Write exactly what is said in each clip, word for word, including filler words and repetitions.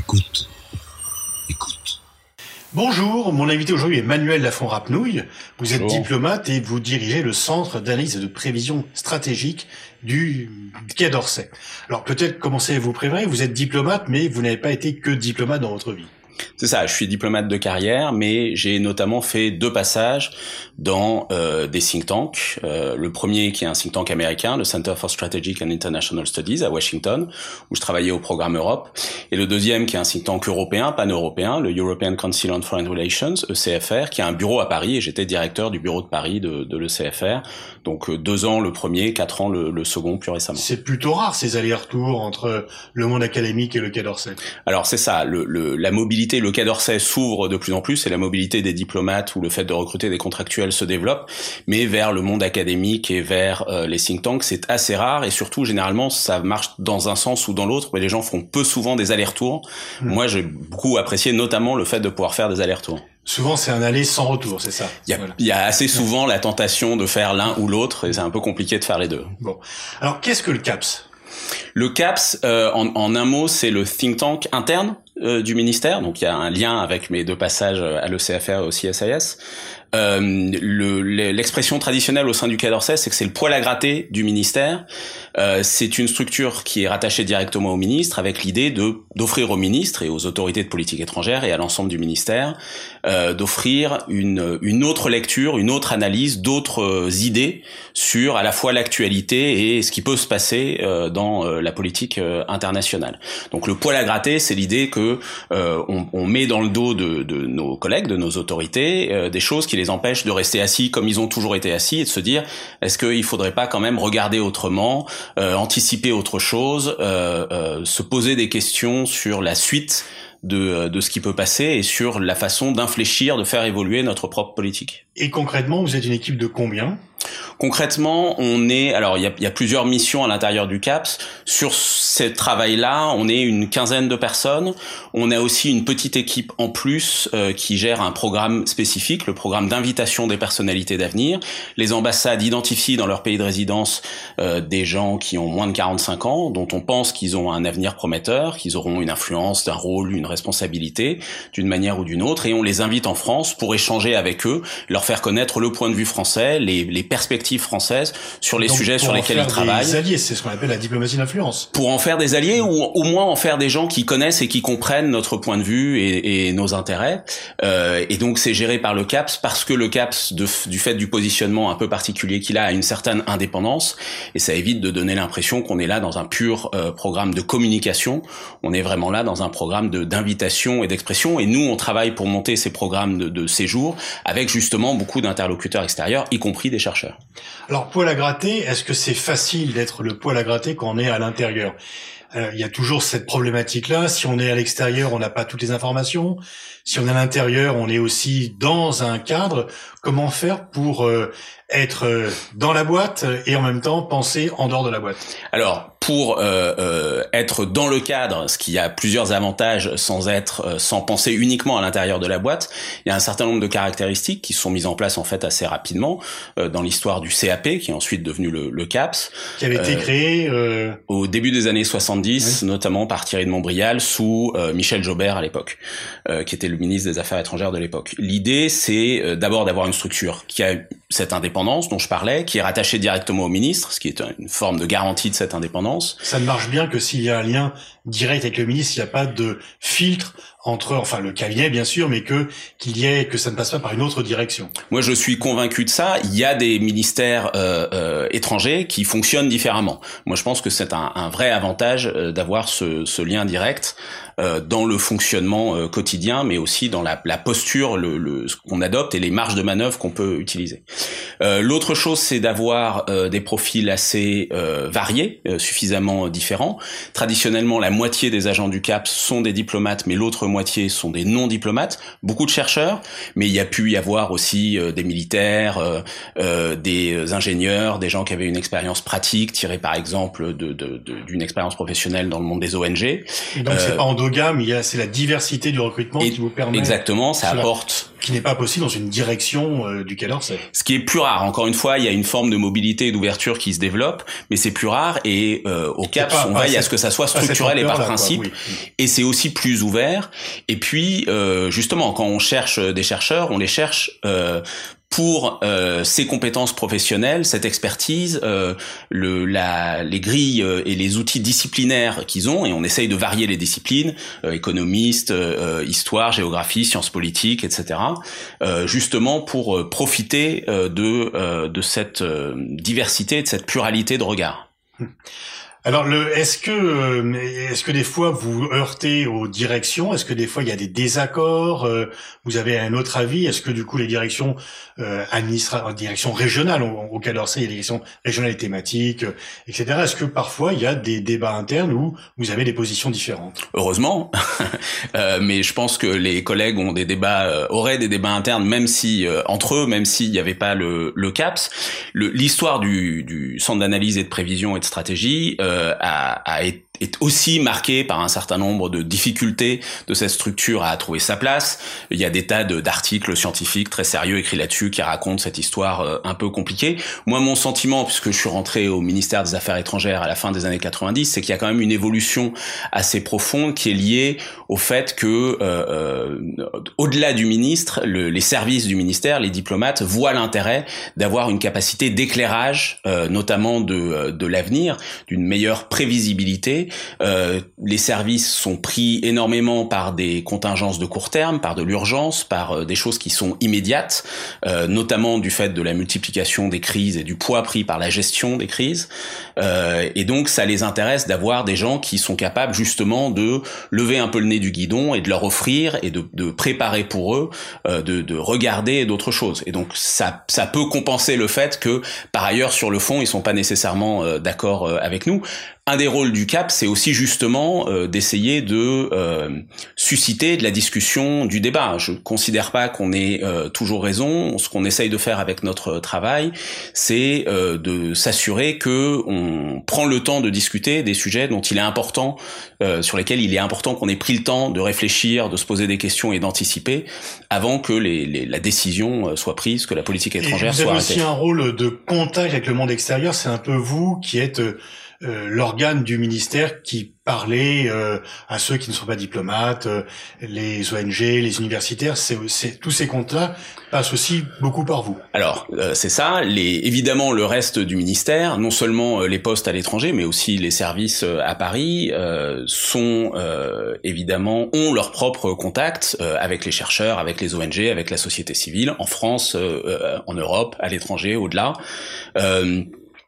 Écoute. Écoute. Bonjour, mon invité aujourd'hui est Manuel Lafont-Rapnouil. Vous êtes Bonjour. diplomate et vous dirigez le Centre d'analyse et de prévision stratégique du Quai d'Orsay. Alors peut-être commencez à vous préparer, vous êtes diplomate, mais vous n'avez pas été que diplomate dans votre vie. C'est ça, je suis diplomate de carrière, mais j'ai notamment fait deux passages dans euh, des think tanks. Euh, le premier qui est un think tank américain, le Center for Strategic and International Studies à Washington, où je travaillais au programme Europe. Et le deuxième qui est un think tank européen, pan-européen, le European Council on Foreign Relations, E C F R, qui a un bureau à Paris, et j'étais directeur du bureau de Paris de, de l'E C F R. Donc euh, deux ans le premier, quatre ans le, le second plus récemment. C'est plutôt rare ces allers-retours entre le monde académique et le Quai d'Orsay. Alors c'est ça, le, le, la mobilité, le Quai d'Orsay s'ouvre de plus en plus et la mobilité des diplomates ou le fait de recruter des contractuels se développe, mais vers le monde académique et vers euh, les think tanks, c'est assez rare et surtout généralement ça marche dans un sens ou dans l'autre, mais les gens font peu souvent des allers-retours. Mmh. Moi j'ai beaucoup apprécié notamment le fait de pouvoir faire des allers-retours. Souvent, c'est un aller sans retour, c'est ça. Il y a, voilà. il y a assez souvent la tentation de faire l'un ou l'autre et c'est un peu compliqué de faire les deux. Bon. Alors, qu'est-ce que le CAPS ? Le CAPS, euh, en, en un mot, c'est le think tank interne euh, du ministère. Donc, il y a un lien avec mes deux passages à l'E C F R et au C S I S. Euh, le, l'expression traditionnelle au sein du Quai d'Orsay, c'est que c'est le poil à gratter du ministère. Euh, c'est une structure qui est rattachée directement au ministre, avec l'idée de d'offrir au ministre et aux autorités de politique étrangère et à l'ensemble du ministère euh, d'offrir une une autre lecture, une autre analyse, d'autres idées sur à la fois l'actualité et ce qui peut se passer euh, dans euh, la politique euh, internationale. Donc le poil à gratter, c'est l'idée que euh, on, on met dans le dos de, de nos collègues, de nos autorités, euh, des choses qui les empêchent de rester assis comme ils ont toujours été assis et de se dire est-ce qu'il faudrait pas quand même regarder autrement, euh, anticiper autre chose, euh, euh, se poser des questions sur la suite de, de ce qui peut passer et sur la façon d'infléchir, de faire évoluer notre propre politique. Et concrètement, vous êtes une équipe de combien ? Concrètement, on est, alors il y a, il y a plusieurs missions à l'intérieur du CAPS. Sur ce travail-là, on est une quinzaine de personnes. On a aussi une petite équipe en plus euh, qui gère un programme spécifique, le programme d'invitation des personnalités d'avenir. Les ambassades identifient dans leur pays de résidence euh, des gens qui ont moins de quarante-cinq ans, dont on pense qu'ils ont un avenir prometteur, qu'ils auront une influence, un rôle, une responsabilité, d'une manière ou d'une autre, et on les invite en France pour échanger avec eux, leur faire connaître le point de vue français, les, les perspectives françaises sur les Donc, sujets sur lesquels ils travaillent. Des alliés, c'est ce qu'on appelle la diplomatie d'influence. Pour en faire des alliés ou au moins en faire des gens qui connaissent et qui comprennent notre point de vue et, et nos intérêts. Euh, et donc c'est géré par le CAPS parce que le CAPS, de, du fait du positionnement un peu particulier qu'il a, a une certaine indépendance et ça évite de donner l'impression qu'on est là dans un pur euh, programme de communication. On est vraiment là dans un programme de, d'invitation et d'expression. Et nous, on travaille pour monter ces programmes de, de séjour avec justement beaucoup d'interlocuteurs extérieurs, y compris des chercheurs. Alors, poil à gratter, est-ce que c'est facile d'être le poil à gratter quand on est à l'intérieur ? Euh, il y a toujours cette problématique-là. Si on est à l'extérieur, on n'a pas toutes les informations. Si on est à l'intérieur, on est aussi dans un cadre. Comment faire pour euh, être euh, dans la boîte et en même temps penser en dehors de la boîte ? Alors, pour euh, euh, être dans le cadre, ce qui a plusieurs avantages sans être, euh, sans penser uniquement à l'intérieur de la boîte, il y a un certain nombre de caractéristiques qui sont mises en place en fait assez rapidement euh, dans l'histoire du C A P, qui est ensuite devenu le, le CAPS, qui avait été euh, créé euh... au début des années soixante-dix, oui. Notamment par Thierry de Montbrial sous euh, Michel Jaubert à l'époque, euh, qui était le ministre des Affaires étrangères de l'époque. L'idée, c'est euh, d'abord d'avoir une structure qui a cette indépendance dont je parlais, qui est rattachée directement au ministre, ce qui est une forme de garantie de cette indépendance. Ça ne marche bien que s'il y a un lien direct avec le ministre, il n'y a pas de filtre entre, enfin le cabinet bien sûr, mais que qu'il y ait, que ça ne passe pas par une autre direction. Moi, je suis convaincu de ça. Il y a des ministères euh, euh, étrangers qui fonctionnent différemment. Moi, je pense que c'est un, un vrai avantage euh, d'avoir ce, ce lien direct euh, dans le fonctionnement euh, quotidien, mais aussi dans la, la posture, le, le, ce qu'on adopte et les marges de manœuvre qu'on peut utiliser. Euh, l'autre chose, c'est d'avoir euh, des profils assez euh, variés, euh, suffisamment différents. Traditionnellement, la moitié des agents du CAPS sont des diplomates, mais l'autre moitié sont des non-diplomates. Beaucoup de chercheurs, mais il y a pu y avoir aussi euh, des militaires, euh, euh, des ingénieurs, des gens qui avaient une expérience pratique, tirée par exemple de, de, de, d'une expérience professionnelle dans le monde des O N G. Et donc euh, c'est pas endogame, il y a, c'est la diversité du recrutement et, qui vous permet. Exactement, ça apporte qui n'est pas possible dans une direction euh, du Quai d'Orsay. Ce qui est plus rare. Encore une fois, il y a une forme de mobilité et d'ouverture qui se développe, mais c'est plus rare et euh, au CAPS, pas, on pas veille cette, à ce que ça soit structurel et par principe. Quoi, oui. Et c'est aussi plus ouvert. Et puis, euh, justement, quand on cherche des chercheurs, on les cherche euh, pour euh, ses compétences professionnelles, cette expertise, euh, le, la, les grilles et les outils disciplinaires qu'ils ont, et on essaye de varier les disciplines, euh, économistes, euh, histoire, géographie, sciences politiques, et cetera, euh, justement pour euh, profiter euh, de, euh, de cette euh, diversité, de cette pluralité de regards. Alors, le, est-ce que, est-ce que des fois vous heurtez aux directions? Est-ce que des fois il y a des désaccords? euh, Vous avez un autre avis? Est-ce que du coup les directions euh, administratives, directions régionales, au, au Quai d'Orsay, il y a des directions régionales et thématiques, euh, et cetera. Est-ce que parfois il y a des débats internes où vous avez des positions différentes? Heureusement, euh, mais je pense que les collègues ont des débats, euh, auraient des débats internes, même si euh, entre eux, même s'il n'y avait pas le, le CAPS. Le, l'histoire du, du Centre d'analyse et de prévision et de stratégie euh, A, a été est aussi marqué par un certain nombre de difficultés de cette structure à trouver sa place. Il y a des tas de, d'articles scientifiques très sérieux écrits là-dessus qui racontent cette histoire euh, un peu compliquée. Moi, mon sentiment, puisque je suis rentré au ministère des Affaires étrangères à la fin des années quatre-vingt-dix, c'est qu'il y a quand même une évolution assez profonde qui est liée au fait que, euh, euh, au-delà du ministre, le, les services du ministère, les diplomates, voient l'intérêt d'avoir une capacité d'éclairage, euh, notamment de, de l'avenir, d'une meilleure prévisibilité. Euh, les services sont pris énormément par des contingences de court terme, par de l'urgence, par euh, des choses qui sont immédiates, euh, notamment du fait de la multiplication des crises et du poids pris par la gestion des crises. Euh, et donc, ça les intéresse d'avoir des gens qui sont capables justement de lever un peu le nez du guidon et de leur offrir et de, de préparer pour eux, euh, de, de regarder d'autres choses. Et donc, ça, ça peut compenser le fait que, par ailleurs, sur le fond, ils sont pas nécessairement euh, d'accord euh, avec nous. Un des rôles du CAP, c'est aussi justement euh, d'essayer de euh, susciter de la discussion, du débat. Je ne considère pas qu'on ait euh, toujours raison. Ce qu'on essaye de faire avec notre travail, c'est euh, de s'assurer que on prend le temps de discuter des sujets dont il est important, euh, sur lesquels il est important qu'on ait pris le temps de réfléchir, de se poser des questions et d'anticiper avant que les, les, la décision soit prise, que la politique étrangère soit arrêtée. Vous avez aussi un rôle de contact avec le monde extérieur. C'est un peu vous qui êtes euh, Euh, l'organe du ministère qui parlait euh, à ceux qui ne sont pas diplomates, euh, les O N G, les universitaires. C'est, c'est tous ces comptes-là passent aussi beaucoup par vous. Alors euh, c'est ça. Les, évidemment, le reste du ministère, non seulement euh, les postes à l'étranger, mais aussi les services euh, à Paris, euh, sont euh, évidemment ont leurs propres contacts euh, avec les chercheurs, avec les O N G, avec la société civile, en France, euh, euh, en Europe, à l'étranger, au-delà. Euh,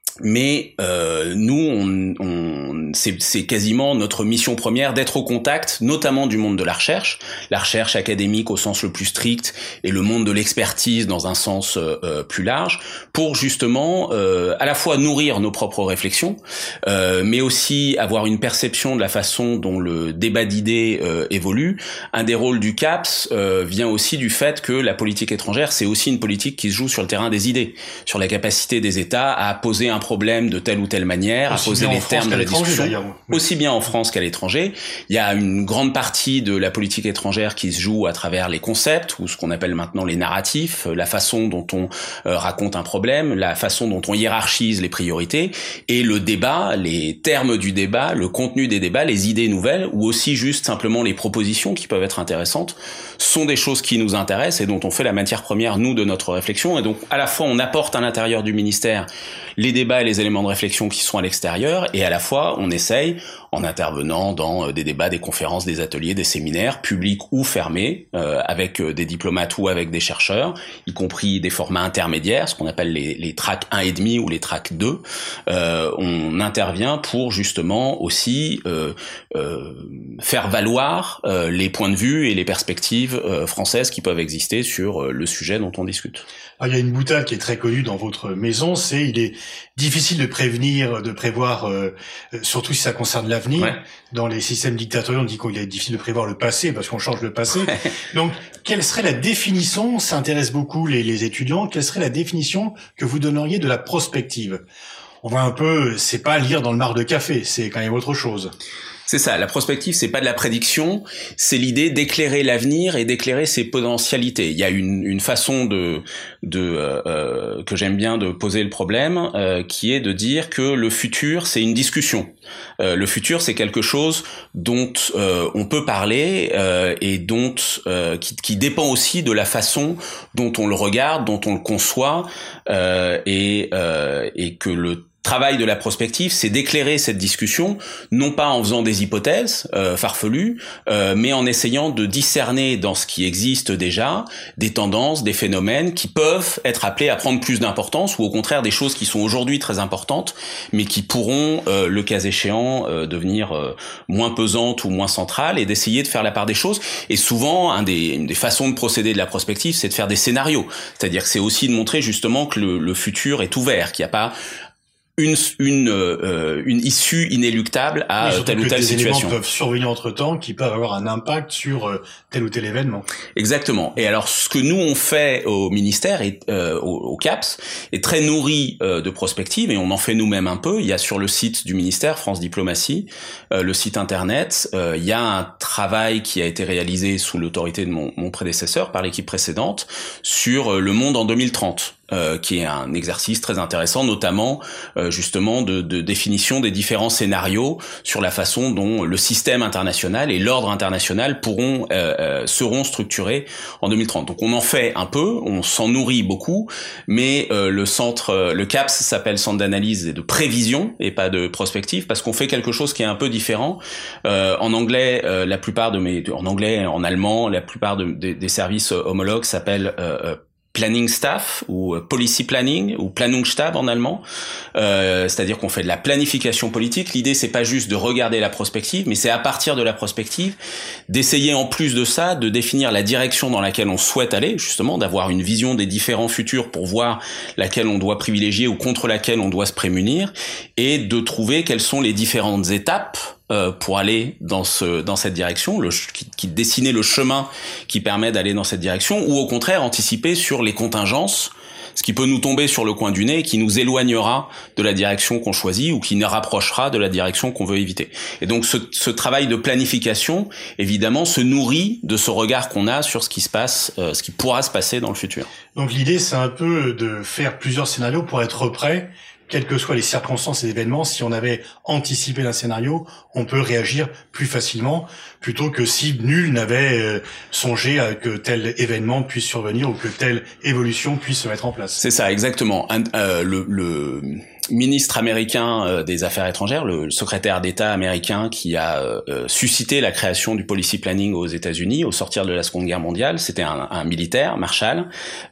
Mais euh, nous, on, on, c'est, c'est quasiment notre mission première d'être au contact, notamment du monde de la recherche, la recherche académique au sens le plus strict et le monde de l'expertise dans un sens euh, plus large, pour justement euh, à la fois nourrir nos propres réflexions, euh, mais aussi avoir une perception de la façon dont le débat d'idées euh, évolue. Un des rôles du CAPS euh, vient aussi du fait que la politique étrangère, c'est aussi une politique qui se joue sur le terrain des idées, sur la capacité des États à poser un problème de telle ou telle manière, aussi à poser les termes de la discussion, oui. Aussi bien en France qu'à l'étranger. Il y a une grande partie de la politique étrangère qui se joue à travers les concepts, ou ce qu'on appelle maintenant les narratifs, la façon dont on euh, raconte un problème, la façon dont on hiérarchise les priorités, et le débat, les termes du débat, le contenu des débats, les idées nouvelles, ou aussi juste simplement les propositions qui peuvent être intéressantes, sont des choses qui nous intéressent et dont on fait la matière première, nous, de notre réflexion. Et donc, à la fois, on apporte à l'intérieur du ministère les débats et les éléments de réflexion qui sont à l'extérieur, et à la fois, on essaye, en intervenant dans des débats, des conférences, des ateliers, des séminaires, publics ou fermés, euh, avec des diplomates ou avec des chercheurs, y compris des formats intermédiaires, ce qu'on appelle les, les tracks un et demi ou les tracks deux. Euh, on intervient pour justement aussi euh, euh, faire valoir euh, les points de vue et les perspectives euh, françaises qui peuvent exister sur euh, le sujet dont on discute. Alors, il y a une boutade qui est très connue dans votre maison, c'est il est difficile de prévenir, de prévoir, euh, surtout si ça concerne l'avenir. Ouais. Dans les systèmes dictatoriaux, on dit qu'il est difficile de prévoir le passé parce qu'on change le passé. Ouais. Donc, quelle serait la définition, ça intéresse beaucoup les, les étudiants, quelle serait la définition que vous donneriez de la prospective? On voit un peu, c'est pas lire dans le marc de café, c'est quand même autre chose. C'est ça, la prospective, c'est pas de la prédiction, c'est l'idée d'éclairer l'avenir et d'éclairer ses potentialités. Il y a une, une façon de, de euh, que j'aime bien de poser le problème, euh, qui est de dire que le futur, c'est une discussion. Euh, le futur, c'est quelque chose dont euh, on peut parler euh, et dont euh, qui, qui dépend aussi de la façon dont on le regarde, dont on le conçoit, euh, et, euh, et que le travail de la prospective, c'est d'éclairer cette discussion, non pas en faisant des hypothèses euh, farfelues, euh, mais en essayant de discerner dans ce qui existe déjà des tendances, des phénomènes qui peuvent être appelés à prendre plus d'importance, ou au contraire des choses qui sont aujourd'hui très importantes, mais qui pourront, euh, le cas échéant, euh, devenir euh, moins pesantes ou moins centrales, et d'essayer de faire la part des choses. Et souvent, un des, une des façons de procéder de la prospective, c'est de faire des scénarios. C'est-à-dire que c'est aussi de montrer justement que le, le futur est ouvert, qu'il n'y a pas une une euh, une issue inéluctable à oui, telle ou telle des situation. Éléments peuvent survenir entre-temps qui peuvent avoir un impact sur euh, tel ou tel événement. Exactement. Et alors ce que nous on fait au ministère et euh, au, au CAPS est très nourri euh, de prospective, et on en fait nous-mêmes un peu. Il y a sur le site du ministère France Diplomatie, euh, le site internet, euh, il y a un travail qui a été réalisé sous l'autorité de mon, mon prédécesseur par l'équipe précédente sur euh, le monde en deux mille trente. Euh, qui est un exercice très intéressant, notamment euh, justement de, de définition des différents scénarios sur la façon dont le système international et l'ordre international pourront euh, euh, seront structurés en deux mille trente. Donc on en fait un peu, on s'en nourrit beaucoup, mais euh, le centre, le CAPS s'appelle Centre d'analyse et de prévision et pas de prospective, parce qu'on fait quelque chose qui est un peu différent. Euh, en anglais, euh, la plupart de mes, en anglais, en allemand, la plupart de, de, des services homologues s'appellent euh, Planning Staff ou Policy Planning ou Planungsstab en allemand, euh, c'est-à-dire qu'on fait de la planification politique. L'idée, c'est pas juste de regarder la prospective, mais c'est à partir de la prospective d'essayer en plus de ça de définir la direction dans laquelle on souhaite aller, justement d'avoir une vision des différents futurs pour voir laquelle on doit privilégier ou contre laquelle on doit se prémunir, et de trouver quelles sont les différentes étapes Euh, pour aller dans ce dans cette direction, le, qui, qui dessiner le chemin qui permet d'aller dans cette direction, ou au contraire anticiper sur les contingences, ce qui peut nous tomber sur le coin du nez et qui nous éloignera de la direction qu'on choisit ou qui nous rapprochera de la direction qu'on veut éviter. Et donc ce, ce travail de planification, évidemment, se nourrit de ce regard qu'on a sur ce qui se passe, euh, ce qui pourra se passer dans le futur. Donc l'idée, c'est un peu de faire plusieurs scénarios pour être prêt, quelles que soient les circonstances et événements. Si on avait anticipé un scénario, on peut réagir plus facilement, plutôt que si nul n'avait euh, songé à que tel événement puisse survenir ou que telle évolution puisse se mettre en place. C'est ça, exactement. Un, euh, le, le ministre américain euh, des Affaires étrangères, le, le secrétaire d'État américain qui a euh, suscité la création du policy planning aux États-Unis au sortir de la Seconde Guerre mondiale, c'était un, un militaire, Marshall,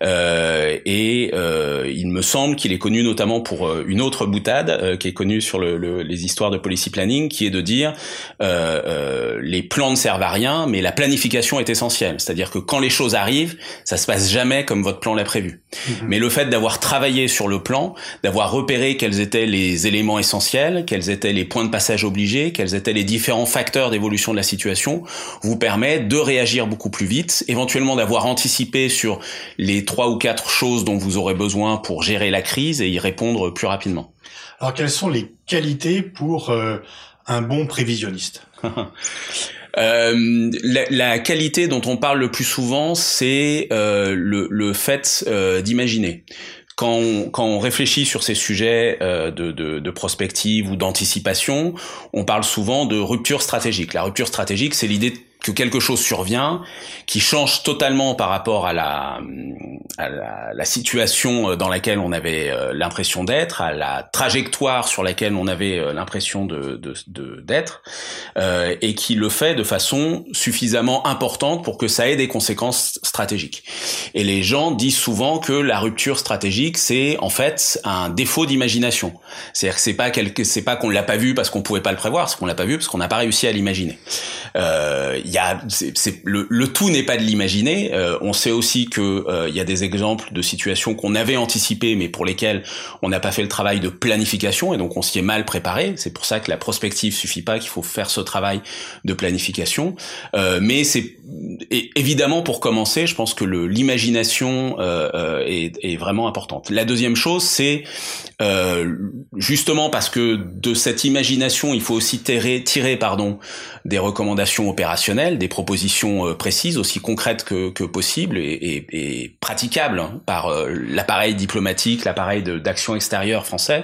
euh, et euh, il me semble qu'il est connu notamment pour euh, une autre boutade euh, qui est connue sur le, le, les histoires de policy planning, qui est de dire euh, euh, les plans ne servent à rien, mais la planification est essentielle. C'est-à-dire que quand les choses arrivent, ça se passe jamais comme votre plan l'a prévu. Mmh. Mais le fait d'avoir travaillé sur le plan, d'avoir repéré quels étaient les éléments essentiels, quels étaient les points de passage obligés, quels étaient les différents facteurs d'évolution de la situation, vous permet de réagir beaucoup plus vite, éventuellement d'avoir anticipé sur les trois ou quatre choses dont vous aurez besoin pour gérer la crise et y répondre plus rapidement. Alors, quelles sont les qualités pour euh, un bon prévisionniste ? Euh, la, la qualité dont on parle le plus souvent, c'est euh, le, le fait euh, d'imaginer. Quand on, quand on réfléchit sur ces sujets euh, de, de, de prospective ou d'anticipation, on parle souvent de rupture stratégique. La rupture stratégique, c'est l'idée que quelque chose survient, qui change totalement par rapport à la, à la, la situation dans laquelle on avait euh, l'impression d'être, à la trajectoire sur laquelle on avait euh, l'impression de, de, de, d'être, euh, et qui le fait de façon suffisamment importante pour que ça ait des conséquences stratégiques. Et les gens disent souvent que la rupture stratégique, c'est en fait un défaut d'imagination. C'est-à-dire que c'est pas quelque, c'est pas qu'on l'a pas vu parce qu'on pouvait pas le prévoir, c'est qu'on l'a pas vu parce qu'on n'a pas réussi à l'imaginer. Euh, il y a, c'est, c'est le, le tout n'est pas de l'imaginer. Euh, on sait aussi que euh, il y a des exemples de situations qu'on avait anticipées, mais pour lesquelles on n'a pas fait le travail de planification, et donc on s'y est mal préparé. C'est pour ça que la prospective suffit pas, qu'il faut faire ce travail de planification. Euh, mais c'est et évidemment, pour commencer, je pense que le, l'imagination euh, euh, est, est vraiment importante. La deuxième chose, c'est euh, justement parce que de cette imagination, il faut aussi tirer, tirer pardon, des recommandations opérationnelles, des propositions euh, précises, aussi concrètes que, que possible et, et, et praticables hein, par euh, l'appareil diplomatique, l'appareil de, d'action extérieure français.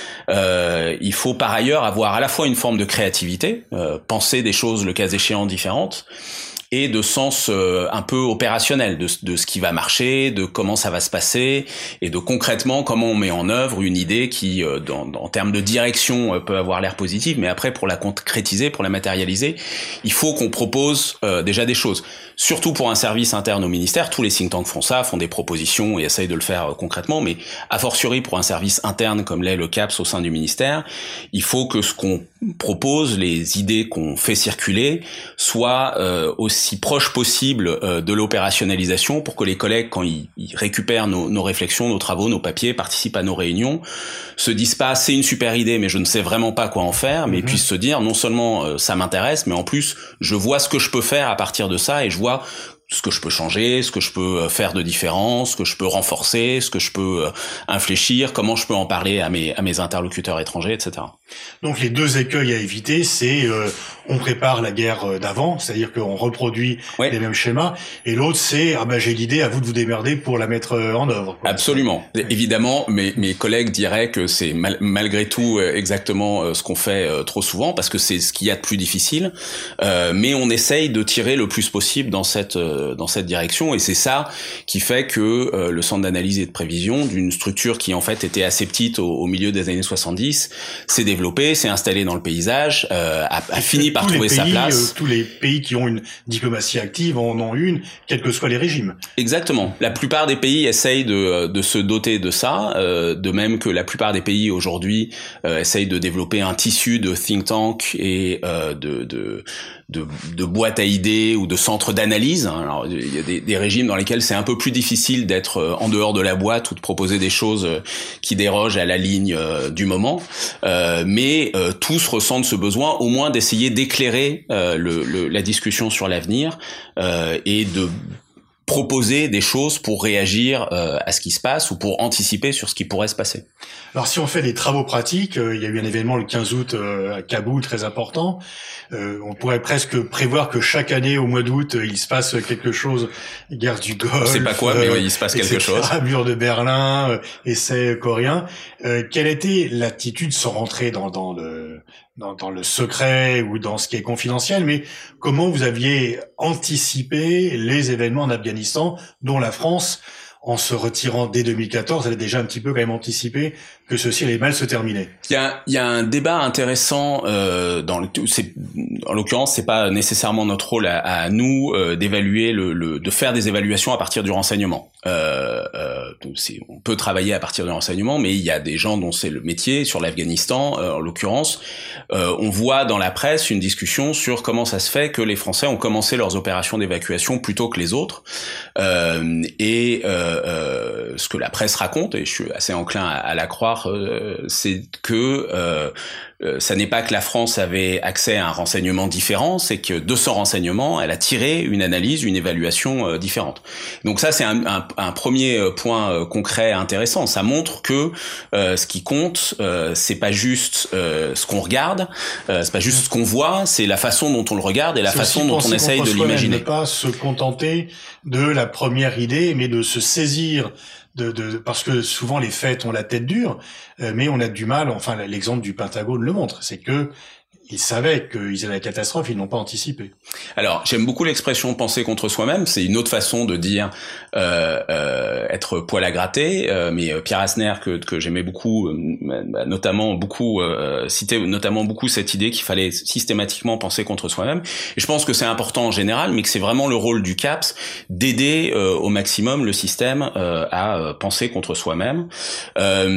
Euh, il faut par ailleurs avoir à la fois une forme de créativité, euh, penser des choses le cas échéant différentes, et de sens euh, un peu opérationnel de, de ce qui va marcher, de comment ça va se passer, et de concrètement comment on met en œuvre une idée qui, euh, dans, dans, en termes de direction, euh, peut avoir l'air positive, mais après pour la concrétiser, pour la matérialiser, il faut qu'on propose euh, déjà des choses. Surtout pour un service interne au ministère, tous les think tanks font ça, font des propositions et essayent de le faire euh, concrètement, mais a fortiori pour un service interne comme l'est le CAPS au sein du ministère, il faut que ce qu'on propose, les idées qu'on fait circuler, soient euh, aussi si proche possible euh, de l'opérationnalisation pour que les collègues, quand ils, ils récupèrent nos, nos réflexions, nos travaux, nos papiers, participent à nos réunions, se disent pas c'est une super idée mais je ne sais vraiment pas quoi en faire, mais mmh. puissent se dire non seulement euh, ça m'intéresse, mais en plus je vois ce que je peux faire à partir de ça et je vois ce que je peux changer, ce que je peux faire de différent, ce que je peux renforcer, ce que je peux infléchir, comment je peux en parler à mes à mes interlocuteurs étrangers, et cetera. Donc les deux écueils à éviter, c'est euh, on prépare la guerre d'avant, c'est-à-dire qu'on reproduit oui. les mêmes schémas, et l'autre c'est ah ben j'ai l'idée, à vous de vous démerder pour la mettre en œuvre. Quoi. Absolument. Oui. Évidemment, mes mes collègues diraient que c'est mal, malgré tout exactement ce qu'on fait trop souvent parce que c'est ce qu'il y a de plus difficile, euh, mais on essaye de tirer le plus possible dans cette dans cette direction, et c'est ça qui fait que euh, le centre d'analyse et de prévision, d'une structure qui en fait était assez petite au, au milieu des années soixante-dix, s'est développé, s'est installé dans le paysage, euh, a, a fini par trouver pays, sa place. Euh, tous les pays qui ont une diplomatie active en ont une, quels que soient les régimes. Exactement. La plupart des pays essayent de, de se doter de ça, euh, de même que la plupart des pays aujourd'hui euh, essayent de développer un tissu de think tank et euh, de, de De, de boîtes à idées ou de centres d'analyse. Alors, il y a des, des régimes dans lesquels c'est un peu plus difficile d'être en dehors de la boîte ou de proposer des choses qui dérogent à la ligne du moment. Euh, mais euh, tous ressentent ce besoin, au moins, d'essayer d'éclairer euh, le, le, la discussion sur l'avenir euh, et de proposer des choses pour réagir euh, à ce qui se passe ou pour anticiper sur ce qui pourrait se passer. Alors si on fait des travaux pratiques, euh, il y a eu un événement le quinze août euh, à Kaboul très important. Euh, on pourrait presque prévoir que chaque année au mois d'août il se passe quelque chose, guerre du Golfe. On sait pas quoi, euh, mais oui, il se passe quelque et cetera, chose. Mur de Berlin, euh, essai coréen. Euh, quelle était l'attitude sans rentrer dans, dans le dans, dans le secret ou dans ce qui est confidentiel, mais comment vous aviez anticipé les événements en Afghanistan dont la France, en se retirant dès deux mille quatorze, elle a déjà un petit peu quand même anticipé que ceci allait mal se terminer. Il y a, il y a un débat intéressant euh, dans le, c'est, en l'occurrence, c'est pas nécessairement notre rôle à, à nous euh, d'évaluer le, le, de faire des évaluations à partir du renseignement. Euh, euh, donc c'est, on peut travailler à partir du renseignement, mais il y a des gens dont c'est le métier sur l'Afghanistan, euh, en l'occurrence. Euh, on voit dans la presse une discussion sur comment ça se fait que les Français ont commencé leurs opérations d'évacuation plus tôt que les autres, euh, et euh, euh, ce que la presse raconte, et je suis assez enclin à, à la croire, euh, c'est que euh, euh, ça n'est pas que la France avait accès à un renseignement différent, c'est que de ce renseignement, elle a tiré une analyse, une évaluation euh, différente. Donc ça, c'est un, un, un premier point euh, concret intéressant. Ça montre que euh, ce qui compte, euh, c'est pas juste euh, ce qu'on regarde, euh, c'est pas juste ce qu'on voit, c'est la façon dont on le regarde et la c'est façon dont on essaye de l'imaginer. Ne pas se contenter de la première idée, mais de se saisir de, de parce que souvent les faits ont la tête dure, euh, mais on a du mal. Enfin, l'exemple du Pentagone le montre, c'est que ils savaient qu'ils allaient à la catastrophe, ils n'ont pas anticipé. Alors, j'aime beaucoup l'expression « penser contre soi-même ». C'est une autre façon de dire euh, euh, être poil à gratter. Euh, mais Pierre Asner, que, que j'aimais beaucoup, euh, notamment beaucoup euh, citait notamment beaucoup cette idée qu'il fallait systématiquement penser contre soi-même. Et je pense que c'est important en général, mais que c'est vraiment le rôle du CAPS d'aider euh, au maximum le système euh, à euh, penser contre soi-même. Euh,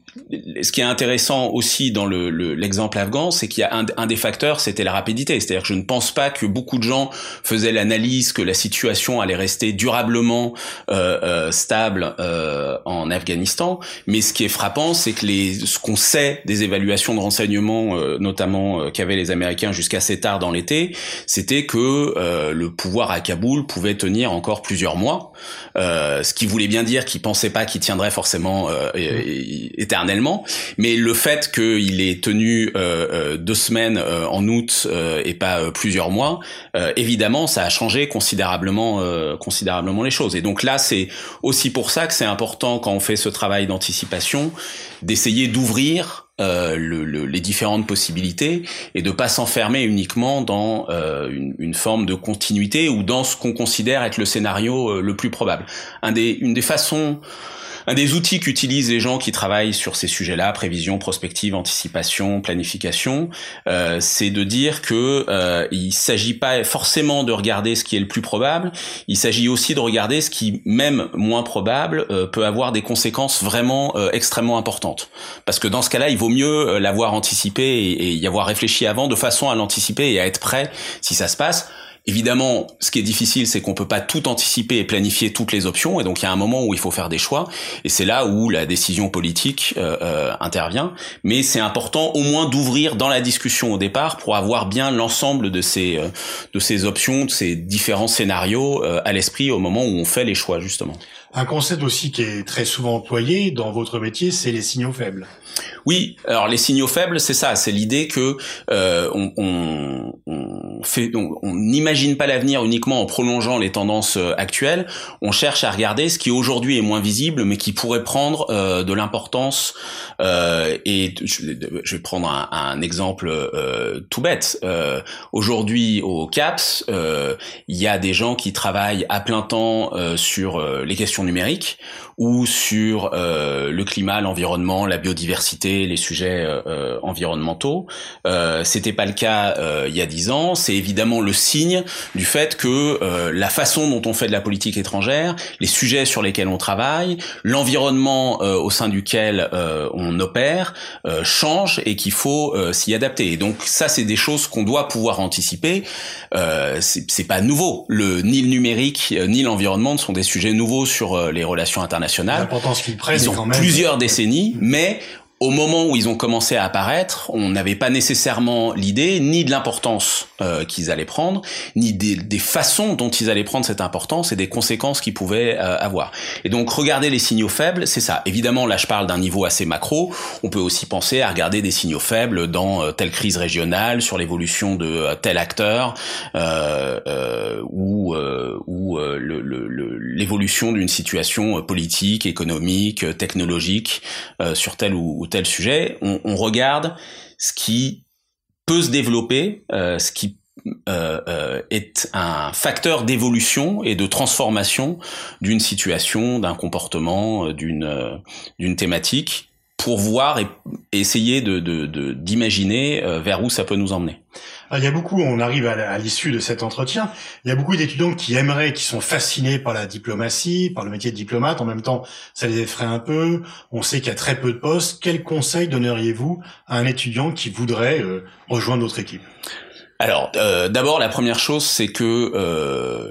ce qui est intéressant aussi dans le, le, l'exemple afghan, c'est qu'il y a un, un des facteurs, c'était la rapidité. C'est-à-dire que je ne pense pas que beaucoup de gens faisaient l'analyse que la situation allait rester durablement euh, euh, stable euh, en Afghanistan. Mais ce qui est frappant, c'est que les, ce qu'on sait des évaluations de renseignement, euh, notamment euh, qu'avaient les Américains jusqu'à assez tard dans l'été, c'était que euh, le pouvoir à Kaboul pouvait tenir encore plusieurs mois. Euh, ce qui voulait bien dire qu'ils pensaient pas qu'il tiendrait forcément euh, éternellement, mais le fait qu'il ait tenu euh, euh, deux semaines euh, en août euh, et pas euh, plusieurs mois, euh, évidemment, ça a changé considérablement, euh, considérablement les choses. Et donc là, c'est aussi pour ça que c'est important quand on fait ce travail d'anticipation, d'essayer d'ouvrir Euh, le, le, les différentes possibilités et de pas s'enfermer uniquement dans euh, une, une forme de continuité ou dans ce qu'on considère être le scénario euh, le plus probable. Un des, une des façons Un des outils qu'utilisent les gens qui travaillent sur ces sujets-là, prévision, prospective, anticipation, planification, euh, c'est de dire que euh, il s'agit pas forcément de regarder ce qui est le plus probable, il s'agit aussi de regarder ce qui, même moins probable, euh, peut avoir des conséquences vraiment euh, extrêmement importantes. Parce que dans ce cas-là, il vaut mieux euh, l'avoir anticipé et, et y avoir réfléchi avant, de façon à l'anticiper et à être prêt si ça se passe. Évidemment, ce qui est difficile, c'est qu'on peut pas tout anticiper et planifier toutes les options, et donc il y a un moment où il faut faire des choix, et c'est là où la décision politique euh, euh, intervient. Mais c'est important au moins d'ouvrir dans la discussion au départ pour avoir bien l'ensemble de ces euh, de ces options, de ces différents scénarios euh, à l'esprit au moment où on fait les choix, justement. Un concept aussi qui est très souvent employé dans votre métier, c'est les signaux faibles. Oui, alors les signaux faibles, c'est ça, c'est l'idée que euh, on, on, on fait, on n'imagine pas l'avenir uniquement en prolongeant les tendances euh, actuelles. On cherche à regarder ce qui aujourd'hui est moins visible, mais qui pourrait prendre euh, de l'importance. Euh, et je, je vais prendre un, un exemple euh, tout bête. Euh, aujourd'hui, au CAPS, euh, il y a des gens qui travaillent à plein temps euh, sur euh, les questions numériques ou sur euh, le climat, l'environnement, la biodiversité, les sujets euh, environnementaux. Euh, c'était pas le cas euh, il y a dix ans. C'est évidemment le signe du fait que euh, la façon dont on fait de la politique étrangère, les sujets sur lesquels on travaille, l'environnement euh, au sein duquel euh, on opère euh, change et qu'il faut euh, s'y adapter. Et donc ça, c'est des choses qu'on doit pouvoir anticiper. Euh, c'est, c'est pas nouveau. Le ni le numérique euh, ni l'environnement ne sont des sujets nouveaux sur euh, les relations internationales. L'importance qu'ils prennent, ils ont quand même plusieurs décennies, mais au moment où ils ont commencé à apparaître, on n'avait pas nécessairement l'idée ni de l'importance euh, qu'ils allaient prendre, ni des, des façons dont ils allaient prendre cette importance et des conséquences qu'ils pouvaient euh, avoir. Et donc, regarder les signaux faibles, c'est ça. Évidemment, là, je parle d'un niveau assez macro. On peut aussi penser à regarder des signaux faibles dans euh, telle crise régionale, sur l'évolution de euh, tel acteur, euh, euh, ou, euh, ou euh, le, le, le, l'évolution d'une situation politique, économique, technologique, euh, sur tel ou, ou tel sujet. On, on regarde ce qui peut se développer, euh, ce qui euh, euh, est un facteur d'évolution et de transformation d'une situation, d'un comportement, d'une euh, d'une thématique, pour voir et, et essayer de, de, de d'imaginer euh, vers où ça peut nous emmener. Il y a beaucoup, on arrive à l'issue de cet entretien, il y a beaucoup d'étudiants qui aimeraient, qui sont fascinés par la diplomatie, par le métier de diplomate. En même temps, ça les effraie un peu. On sait qu'il y a très peu de postes. Quel conseil donneriez-vous à un étudiant qui voudrait euh, rejoindre notre équipe ? Alors, euh, d'abord, la première chose, c'est que euh,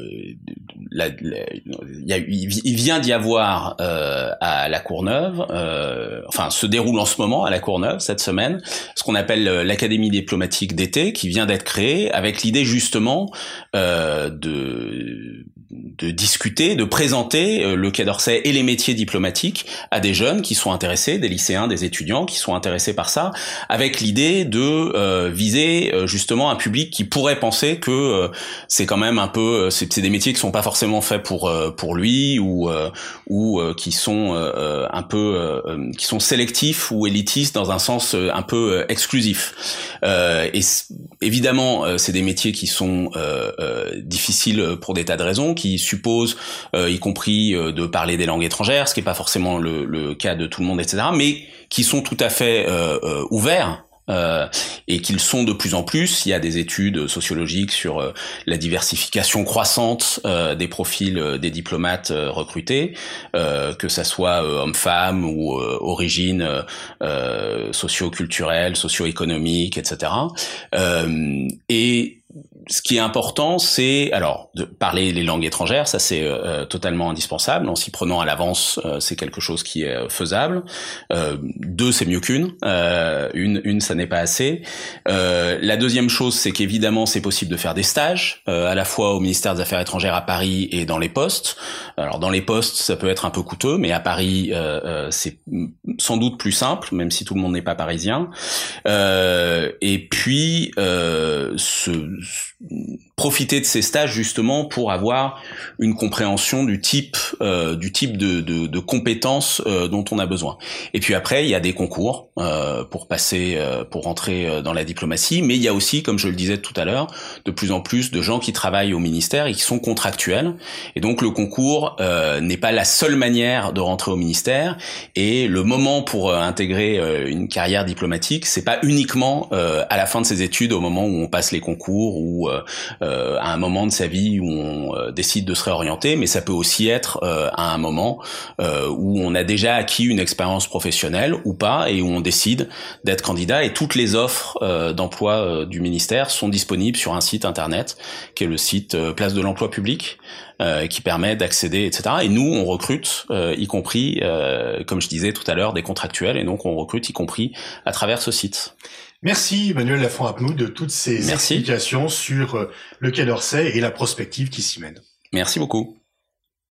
la, la, il, y a, il vient d'y avoir euh, à la Courneuve, euh, enfin, se déroule en ce moment à la Courneuve cette semaine, ce qu'on appelle l'Académie diplomatique d'été, qui vient d'être créée avec l'idée justement euh, de de discuter, de présenter le Quai d'Orsay et les métiers diplomatiques à des jeunes qui sont intéressés, des lycéens, des étudiants qui sont intéressés par ça, avec l'idée de euh, viser euh, justement un public qui pourrait penser que euh, c'est quand même un peu, c'est, c'est des métiers qui sont pas forcément faits pour euh, pour lui ou euh, ou euh, qui sont euh, un peu euh, qui sont sélectifs ou élitistes dans un sens euh, un peu euh, exclusif. Euh, et évidemment, euh, c'est des métiers qui sont euh, euh, difficiles pour des tas de raisons, qui supposent, euh, y compris euh, de parler des langues étrangères, ce qui n'est pas forcément le, le cas de tout le monde, et cetera, mais qui sont tout à fait euh, euh, ouverts euh, et qu'ils sont de plus en plus. Il y a des études sociologiques sur euh, la diversification croissante euh, des profils euh, des diplomates euh, recrutés, euh, que ça soit euh, hommes-femmes ou euh, origine euh, euh, socio-culturelle, socio-économique, et cetera. Euh, et ce qui est important, c'est alors de parler les langues étrangères, ça c'est euh, totalement indispensable. En s'y prenant à l'avance, euh, c'est quelque chose qui est faisable. Euh, deux, c'est mieux qu'une. Euh, une, une, ça n'est pas assez. Euh, la deuxième chose, c'est qu'évidemment, c'est possible de faire des stages, euh, à la fois au ministère des Affaires étrangères à Paris et dans les postes. Alors dans les postes, ça peut être un peu coûteux, mais à Paris, euh, euh, c'est sans doute plus simple, même si tout le monde n'est pas parisien. Euh, et puis, euh, ce profiter de ces stages justement pour avoir une compréhension du type euh, du type de, de, de compétences euh, dont on a besoin. Et puis après, il y a des concours euh, pour passer, euh, pour rentrer dans la diplomatie, mais il y a aussi, comme je le disais tout à l'heure, de plus en plus de gens qui travaillent au ministère et qui sont contractuels. Et donc le concours euh, n'est pas la seule manière de rentrer au ministère. Et le moment pour euh, intégrer euh, une carrière diplomatique, c'est pas uniquement euh, à la fin de ses études, au moment où on passe les concours ou euh, euh, à un moment de sa vie où on euh, décide de se réorienter, mais ça peut aussi être euh, à un moment euh, où on a déjà acquis une expérience professionnelle ou pas et où on décide d'être candidat. Et toutes les offres euh, d'emploi euh, du ministère sont disponibles sur un site internet qui est le site euh, Place de l'Emploi Public, euh, qui permet d'accéder, et cetera. Et nous, on recrute, euh, y compris, euh, comme je disais tout à l'heure, des contractuels, et donc on recrute y compris à travers ce site. Merci Emmanuel Lafont-Apnou de toutes ces Merci. explications sur le Quai d'Orsay et la prospective qui s'y mène. Merci beaucoup.